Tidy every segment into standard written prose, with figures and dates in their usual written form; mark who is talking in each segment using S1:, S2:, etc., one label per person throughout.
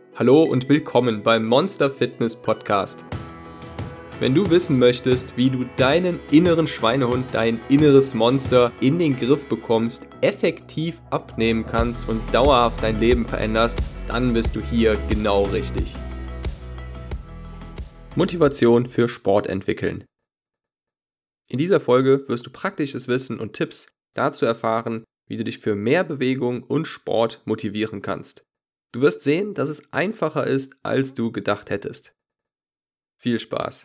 S1: Hallo und willkommen beim Monster Fitness Podcast. Wenn du wissen möchtest, wie du deinen inneren Schweinehund, dein inneres Monster in den Griff bekommst, effektiv abnehmen kannst und dauerhaft dein Leben veränderst, dann bist du hier genau richtig. Motivation für Sport entwickeln. In dieser Folge wirst du praktisches Wissen und Tipps dazu erfahren, wie du dich für mehr Bewegung und Sport motivieren kannst. Du wirst sehen, dass es einfacher ist, als du gedacht hättest. Viel Spaß!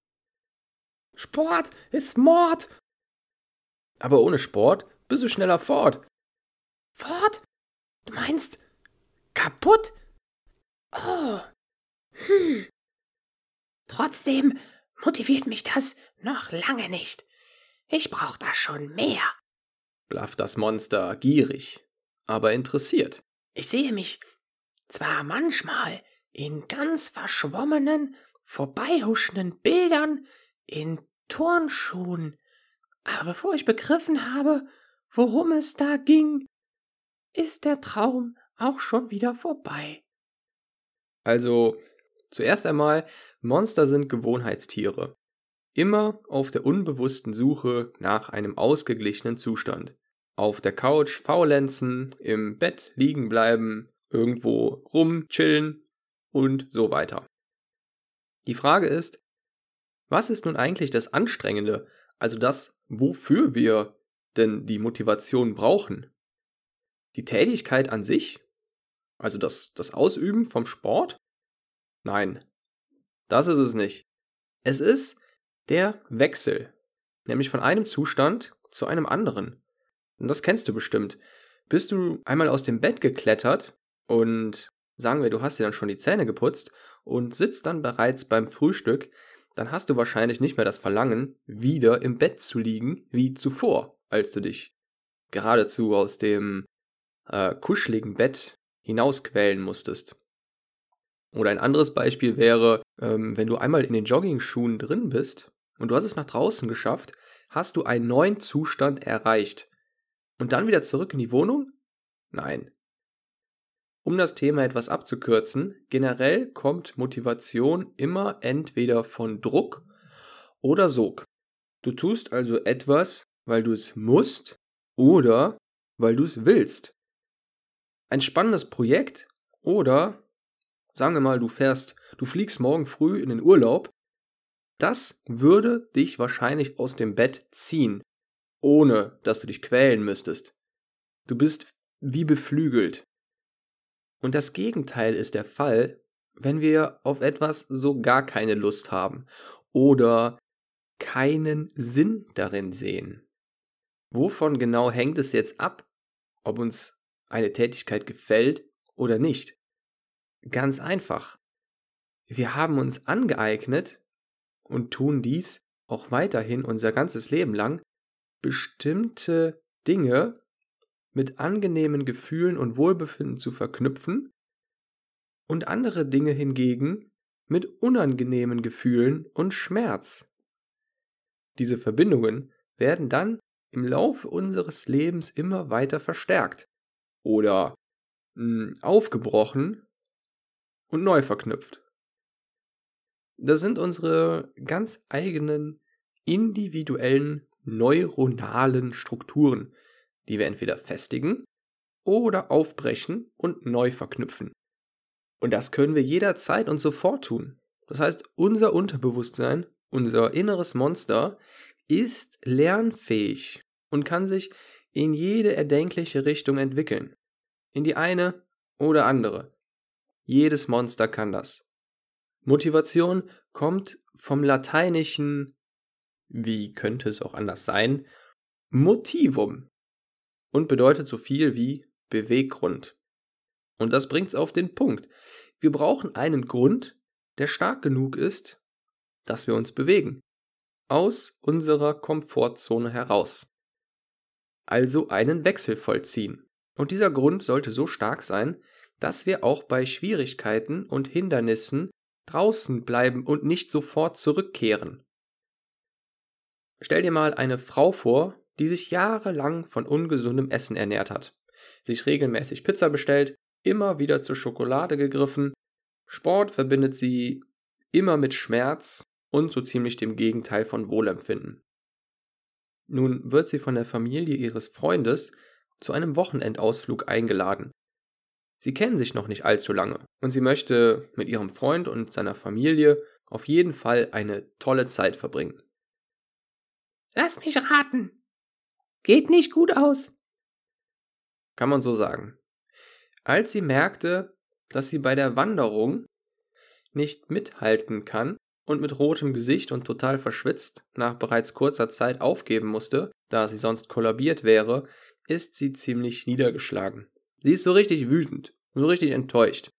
S2: Sport ist Mord!
S1: Aber ohne Sport bist du schneller fort.
S2: Fort? Du meinst kaputt? Oh. Trotzdem motiviert mich das noch lange nicht. Ich brauch da schon mehr.
S1: Blafft das Monster gierig, aber interessiert.
S2: Ich sehe mich zwar manchmal in ganz verschwommenen, vorbeihuschenden Bildern in Turnschuhen, aber bevor ich begriffen habe, worum es da ging, ist der Traum auch schon wieder vorbei.
S1: Also, zuerst einmal, Monster sind Gewohnheitstiere. Immer auf der unbewussten Suche nach einem ausgeglichenen Zustand. Auf der Couch faulenzen, im Bett liegen bleiben, irgendwo rumchillen und so weiter. Die Frage ist, was ist nun eigentlich das Anstrengende, also das, wofür wir denn die Motivation brauchen? Die Tätigkeit an sich? Also das Ausüben vom Sport? Nein, das ist es nicht. Es ist der Wechsel, nämlich von einem Zustand zu einem anderen. Und das kennst du bestimmt. Bist du einmal aus dem Bett geklettert und sagen wir, du hast dir dann schon die Zähne geputzt und sitzt dann bereits beim Frühstück, dann hast du wahrscheinlich nicht mehr das Verlangen, wieder im Bett zu liegen wie zuvor, als du dich geradezu aus dem kuscheligen Bett hinausquälen musstest. Oder ein anderes Beispiel wäre, wenn du einmal in den Jogging-Schuhen drin bist und du hast es nach draußen geschafft, hast du einen neuen Zustand erreicht. Und dann wieder zurück in die Wohnung? Nein. Um das Thema etwas abzukürzen, generell kommt Motivation immer entweder von Druck oder Sog. Du tust also etwas, weil du es musst oder weil du es willst. Ein spannendes Projekt oder, sagen wir mal, du fliegst morgen früh in den Urlaub, das würde dich wahrscheinlich aus dem Bett ziehen, ohne dass du dich quälen müsstest. Du bist wie beflügelt. Und das Gegenteil ist der Fall, wenn wir auf etwas so gar keine Lust haben oder keinen Sinn darin sehen. Wovon genau hängt es jetzt ab, ob uns eine Tätigkeit gefällt oder nicht? Ganz einfach. Wir haben uns angeeignet und tun dies auch weiterhin unser ganzes Leben lang, bestimmte Dinge mit angenehmen Gefühlen und Wohlbefinden zu verknüpfen und andere Dinge hingegen mit unangenehmen Gefühlen und Schmerz. Diese Verbindungen werden dann im Laufe unseres Lebens immer weiter verstärkt oder aufgebrochen und neu verknüpft. Das sind unsere ganz eigenen individuellen neuronalen Strukturen, die wir entweder festigen oder aufbrechen und neu verknüpfen. Und das können wir jederzeit und sofort tun. Das heißt, unser Unterbewusstsein, unser inneres Monster, ist lernfähig und kann sich in jede erdenkliche Richtung entwickeln. In die eine oder andere. Jedes Monster kann das. Motivation kommt vom lateinischen, wie könnte es auch anders sein, Motivum und bedeutet so viel wie Beweggrund. Und das bringt's auf den Punkt. Wir brauchen einen Grund, der stark genug ist, dass wir uns bewegen. Aus unserer Komfortzone heraus. Also einen Wechsel vollziehen. Und dieser Grund sollte so stark sein, dass wir auch bei Schwierigkeiten und Hindernissen draußen bleiben und nicht sofort zurückkehren. Stell dir mal eine Frau vor, die sich jahrelang von ungesundem Essen ernährt hat, sich regelmäßig Pizza bestellt, immer wieder zur Schokolade gegriffen Sport verbindet sie immer mit Schmerz und so ziemlich dem Gegenteil von Wohlempfinden. Nun wird sie von der Familie ihres Freundes zu einem Wochenendausflug eingeladen. Sie kennen sich noch nicht allzu lange und sie möchte mit ihrem Freund und seiner Familie auf jeden Fall eine tolle Zeit verbringen.
S2: Lass mich raten. Geht nicht gut aus.
S1: Kann man so sagen. Als sie merkte, dass sie bei der Wanderung nicht mithalten kann und mit rotem Gesicht und total verschwitzt nach bereits kurzer Zeit aufgeben musste, da sie sonst kollabiert wäre, ist sie ziemlich niedergeschlagen. Sie ist so richtig wütend, so richtig enttäuscht.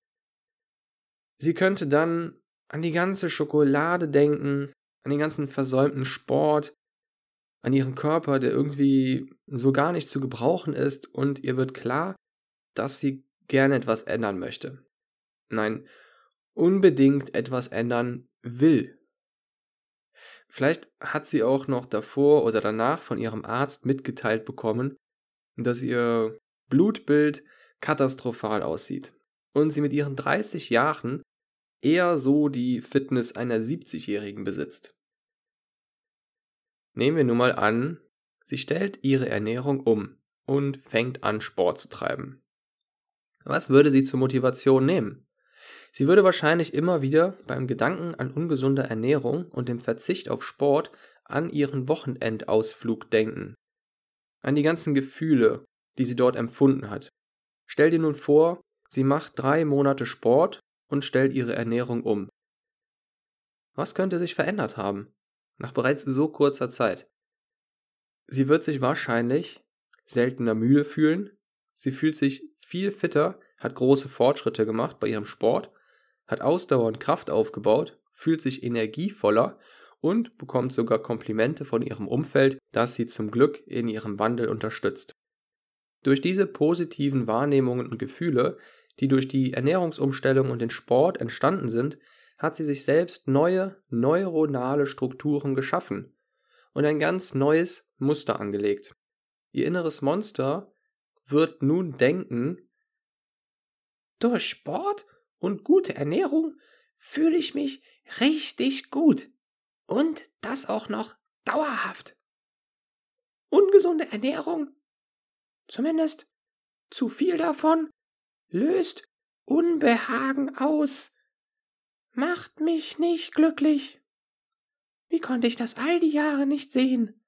S1: Sie könnte dann an die ganze Schokolade denken, an den ganzen versäumten Sport, an ihren Körper, der irgendwie so gar nicht zu gebrauchen ist, und ihr wird klar, dass sie gerne etwas ändern möchte. Nein, unbedingt etwas ändern will. Vielleicht hat sie auch noch davor oder danach von ihrem Arzt mitgeteilt bekommen, dass ihr Blutbild katastrophal aussieht und sie mit ihren 30 Jahren eher so die Fitness einer 70-Jährigen besitzt. Nehmen wir nun mal an, sie stellt ihre Ernährung um und fängt an, Sport zu treiben. Was würde sie zur Motivation nehmen? Sie würde wahrscheinlich immer wieder beim Gedanken an ungesunde Ernährung und dem Verzicht auf Sport an ihren Wochenendausflug denken. An die ganzen Gefühle, die sie dort empfunden hat. Stell dir nun vor, sie macht 3 Monate Sport und stellt ihre Ernährung um. Was könnte sich verändert haben, nach bereits so kurzer Zeit? Sie wird sich wahrscheinlich seltener müde fühlen, sie fühlt sich viel fitter, hat große Fortschritte gemacht bei ihrem Sport, hat Ausdauer und Kraft aufgebaut, fühlt sich energievoller und bekommt sogar Komplimente von ihrem Umfeld, das sie zum Glück in ihrem Wandel unterstützt. Durch diese positiven Wahrnehmungen und Gefühle, die durch die Ernährungsumstellung und den Sport entstanden sind, hat sie sich selbst neue neuronale Strukturen geschaffen und ein ganz neues Muster angelegt. Ihr inneres Monster wird nun denken:
S2: Durch Sport und gute Ernährung fühle ich mich richtig gut. Und das auch noch dauerhaft. Ungesunde Ernährung, zumindest zu viel davon, löst Unbehagen aus, macht mich nicht glücklich. Wie konnte ich das all die Jahre nicht sehen?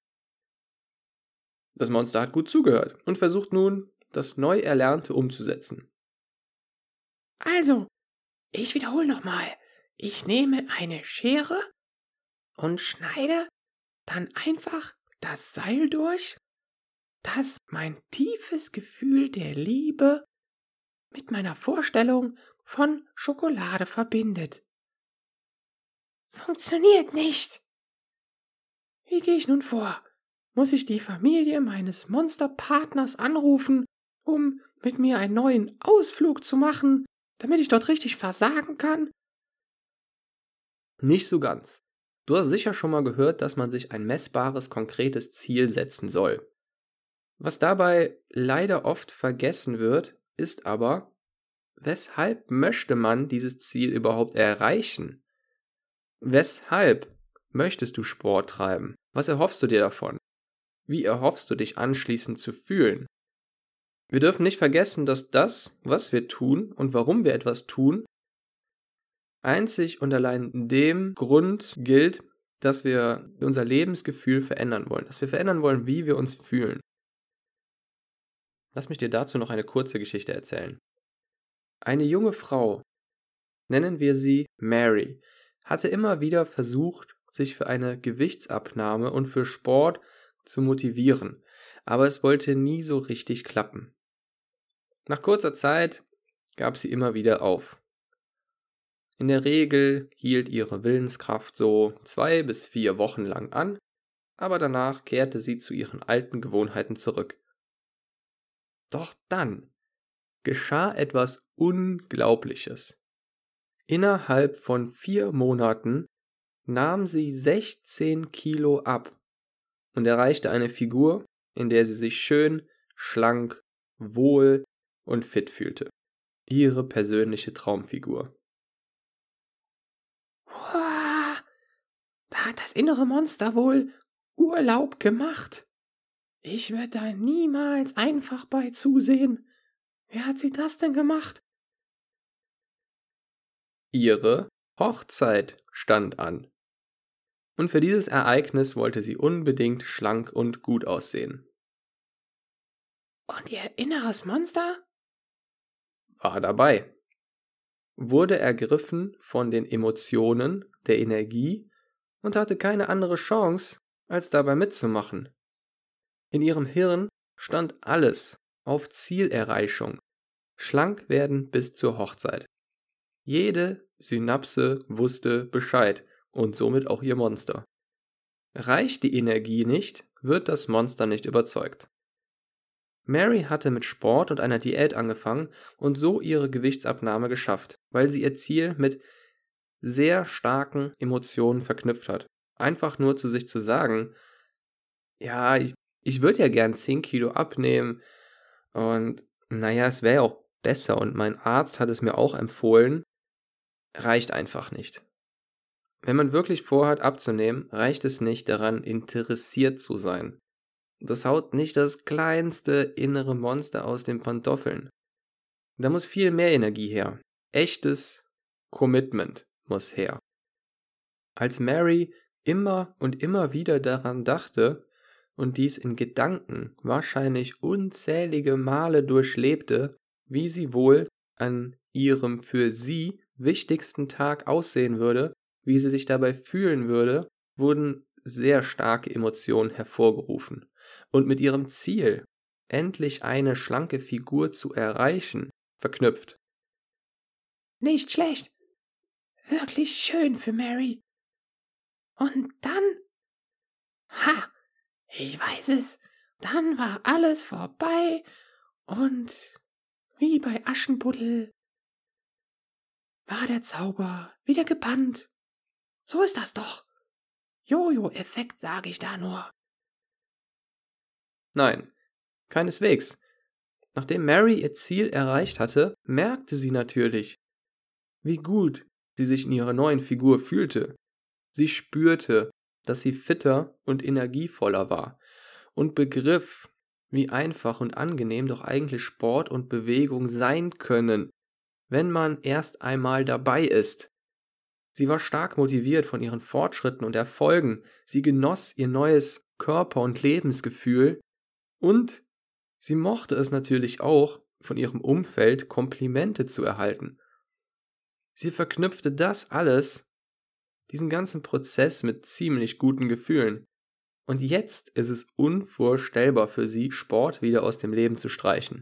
S1: Das Monster hat gut zugehört und versucht nun, das neu Erlernte umzusetzen.
S2: Also, ich wiederhole nochmal. Ich nehme eine Schere und schneide dann einfach das Seil durch, das mein tiefes Gefühl der Liebe mit meiner Vorstellung von Schokolade verbindet. Funktioniert nicht. Wie gehe ich nun vor? Muss ich die Familie meines Monsterpartners anrufen, um mit mir einen neuen Ausflug zu machen, damit ich dort richtig versagen kann?
S1: Nicht so ganz. Du hast sicher schon mal gehört, dass man sich ein messbares, konkretes Ziel setzen soll. Was dabei leider oft vergessen wird, ist aber, weshalb möchte man dieses Ziel überhaupt erreichen? Weshalb möchtest du Sport treiben? Was erhoffst du dir davon? Wie erhoffst du dich anschließend zu fühlen? Wir dürfen nicht vergessen, dass das, was wir tun und warum wir etwas tun, einzig und allein dem Grund gilt, dass wir unser Lebensgefühl verändern wollen, dass wir verändern wollen, wie wir uns fühlen. Lass mich dir dazu noch eine kurze Geschichte erzählen. Eine junge Frau, nennen wir sie Mary, hatte immer wieder versucht, sich für eine Gewichtsabnahme und für Sport zu motivieren, aber es wollte nie so richtig klappen. Nach kurzer Zeit gab sie immer wieder auf. In der Regel hielt ihre Willenskraft so 2 bis 4 Wochen lang an, aber danach kehrte sie zu ihren alten Gewohnheiten zurück. Doch dann geschah etwas Unglaubliches. Innerhalb von 4 Monaten nahm sie 16 Kilo ab und erreichte eine Figur, in der sie sich schön, schlank, wohl und fit fühlte. Ihre persönliche Traumfigur.
S2: Da hat das innere Monster wohl Urlaub gemacht. Ich werde da niemals einfach bei zusehen. Wer hat sie das denn gemacht?
S1: Ihre Hochzeit stand an. Und für dieses Ereignis wollte sie unbedingt schlank und gut aussehen.
S2: Und ihr inneres Monster?
S1: War dabei. Wurde ergriffen von den Emotionen, der Energie und hatte keine andere Chance, als dabei mitzumachen. In ihrem Hirn stand alles auf Zielerreichung, schlank werden bis zur Hochzeit. Jede Synapse wusste Bescheid und somit auch ihr Monster. Reicht die Energie nicht, wird das Monster nicht überzeugt. Mary hatte mit Sport und einer Diät angefangen und so ihre Gewichtsabnahme geschafft, weil sie ihr Ziel mit sehr starken Emotionen verknüpft hat. Einfach nur zu sich zu sagen, ja, ich würde ja gern 10 Kilo abnehmen und naja, es wäre ja auch besser und mein Arzt hat es mir auch empfohlen, reicht einfach nicht. Wenn man wirklich vorhat abzunehmen, reicht es nicht daran interessiert zu sein. Das haut nicht das kleinste innere Monster aus den Pantoffeln. Da muss viel mehr Energie her. Echtes Commitment muss her. Als Mary immer und immer wieder daran dachte und dies in Gedanken wahrscheinlich unzählige Male durchlebte, wie sie wohl an ihrem für sie wichtigsten Tag aussehen würde, wie sie sich dabei fühlen würde, wurden sehr starke Emotionen hervorgerufen. Und mit ihrem Ziel, endlich eine schlanke Figur zu erreichen, verknüpft.
S2: Nicht schlecht. Wirklich schön für Mary. Und dann? Ha, ich weiß es. Dann war alles vorbei und wie bei Aschenputtel war der Zauber wieder gebannt. So ist das doch. Jojo-Effekt, sage ich da nur.
S1: Nein, keineswegs. Nachdem Mary ihr Ziel erreicht hatte, merkte sie natürlich, wie gut sie sich in ihrer neuen Figur fühlte. Sie spürte, dass sie fitter und energievoller war und begriff, wie einfach und angenehm doch eigentlich Sport und Bewegung sein können, wenn man erst einmal dabei ist. Sie war stark motiviert von ihren Fortschritten und Erfolgen, sie genoss ihr neues Körper- und Lebensgefühl und sie mochte es natürlich auch, von ihrem Umfeld Komplimente zu erhalten. Sie verknüpfte das alles, diesen ganzen Prozess mit ziemlich guten Gefühlen. Und jetzt ist es unvorstellbar für sie, Sport wieder aus dem Leben zu streichen.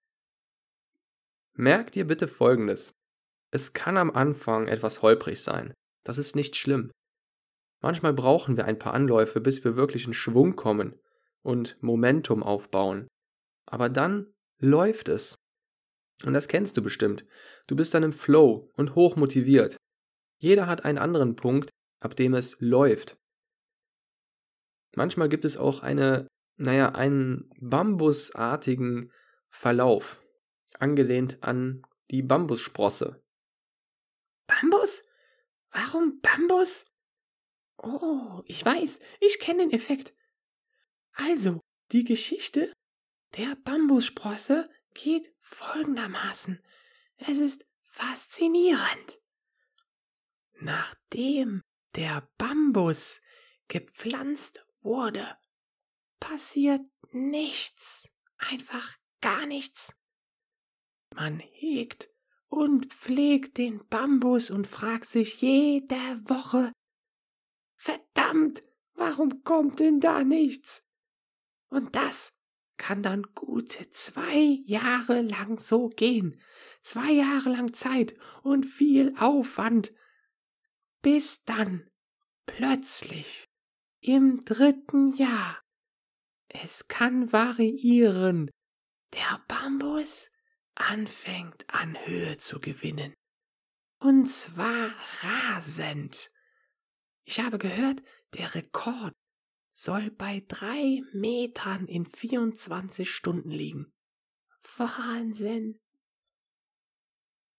S1: Merkt ihr bitte Folgendes. Es kann am Anfang etwas holprig sein. Das ist nicht schlimm. Manchmal brauchen wir ein paar Anläufe, bis wir wirklich in Schwung kommen und Momentum aufbauen. Aber dann läuft es. Und das kennst du bestimmt. Du bist dann im Flow und hoch motiviert. Jeder hat einen anderen Punkt, ab dem es läuft. Manchmal gibt es auch einen bambusartigen Verlauf, angelehnt an die Bambussprosse.
S2: Bambus? Warum Bambus? Oh, ich weiß, ich kenne den Effekt. Also, die Geschichte der Bambussprosse geht folgendermaßen. Es ist faszinierend. Nachdem der Bambus gepflanzt wurde, passiert nichts, einfach gar nichts. Man hegt und pflegt den Bambus und fragt sich jede Woche, verdammt, warum kommt denn da nichts? Und das kann dann gute 2 Jahre lang so gehen. 2 Jahre lang Zeit und viel Aufwand, bis dann plötzlich im 3. Jahr, es kann variieren, der Bambus anfängt an Höhe zu gewinnen. Und zwar rasend. Ich habe gehört, der Rekord soll bei 3 Metern in 24 Stunden liegen. Wahnsinn.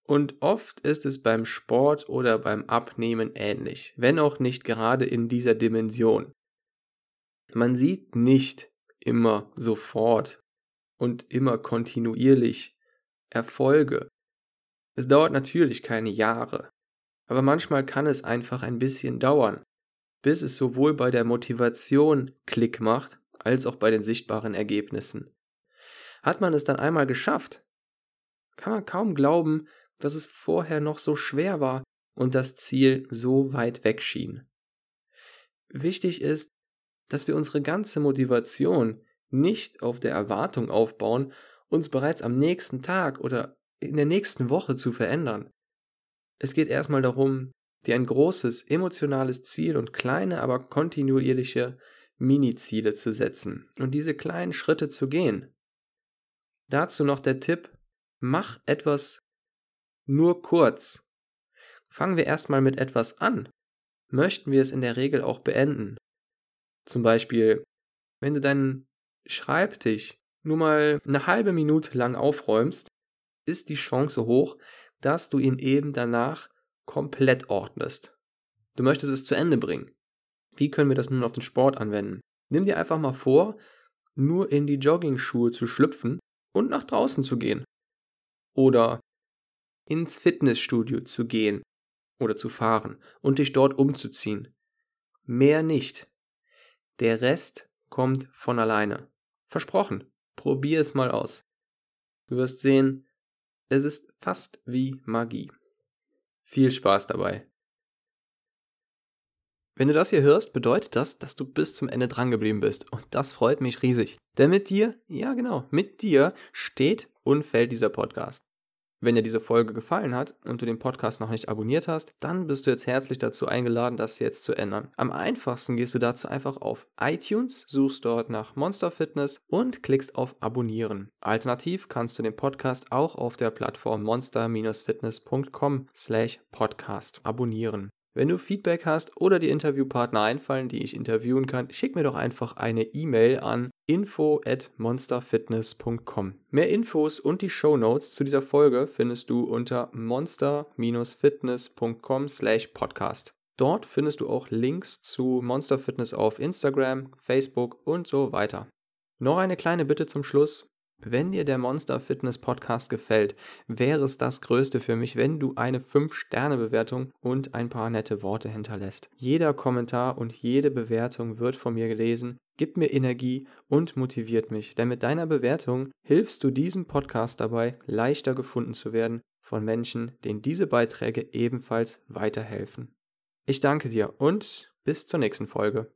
S1: Und oft ist es beim Sport oder beim Abnehmen ähnlich, wenn auch nicht gerade in dieser Dimension. Man sieht nicht immer sofort und immer kontinuierlich Erfolge. Es dauert natürlich keine Jahre, aber manchmal kann es einfach ein bisschen dauern, bis es sowohl bei der Motivation Klick macht, als auch bei den sichtbaren Ergebnissen. Hat man es dann einmal geschafft, kann man kaum glauben, dass es vorher noch so schwer war und das Ziel so weit weg schien. Wichtig ist, dass wir unsere ganze Motivation nicht auf der Erwartung aufbauen, uns bereits am nächsten Tag oder in der nächsten Woche zu verändern. Es geht erstmal darum, dir ein großes emotionales Ziel und kleine, aber kontinuierliche Mini-Ziele zu setzen und diese kleinen Schritte zu gehen. Dazu noch der Tipp: Mach etwas nur kurz. Fangen wir erstmal mit etwas an, möchten wir es in der Regel auch beenden. Zum Beispiel, wenn du deinen Schreibtisch nur mal eine halbe Minute lang aufräumst, ist die Chance hoch, dass du ihn eben danach komplett ordnest. Du möchtest es zu Ende bringen. Wie können wir das nun auf den Sport anwenden? Nimm dir einfach mal vor, nur in die Jogging-Schuhe zu schlüpfen und nach draußen zu gehen. Oder ins Fitnessstudio zu gehen oder zu fahren und dich dort umzuziehen. Mehr nicht. Der Rest kommt von alleine. Versprochen, probier es mal aus. Du wirst sehen, es ist fast wie Magie. Viel Spaß dabei. Wenn du das hier hörst, bedeutet das, dass du bis zum Ende dran geblieben bist. Und das freut mich riesig. Denn mit dir, ja genau, mit dir steht und fällt dieser Podcast. Wenn dir diese Folge gefallen hat und du den Podcast noch nicht abonniert hast, dann bist du jetzt herzlich dazu eingeladen, das jetzt zu ändern. Am einfachsten gehst du dazu einfach auf iTunes, suchst dort nach Monster Fitness und klickst auf Abonnieren. Alternativ kannst du den Podcast auch auf der Plattform monster-fitness.com/podcast abonnieren. Wenn du Feedback hast oder die Interviewpartner einfallen, die ich interviewen kann, schick mir doch einfach eine E-Mail an info@monsterfitness.com. Mehr Infos und die Shownotes zu dieser Folge findest du unter monster-fitness.com/podcast. Dort findest du auch Links zu Monster Fitness auf Instagram, Facebook und so weiter. Noch eine kleine Bitte zum Schluss. Wenn dir der Monster Fitness Podcast gefällt, wäre es das Größte für mich, wenn du eine 5-Sterne-Bewertung und ein paar nette Worte hinterlässt. Jeder Kommentar und jede Bewertung wird von mir gelesen, gibt mir Energie und motiviert mich, denn mit deiner Bewertung hilfst du diesem Podcast dabei, leichter gefunden zu werden von Menschen, denen diese Beiträge ebenfalls weiterhelfen. Ich danke dir und bis zur nächsten Folge.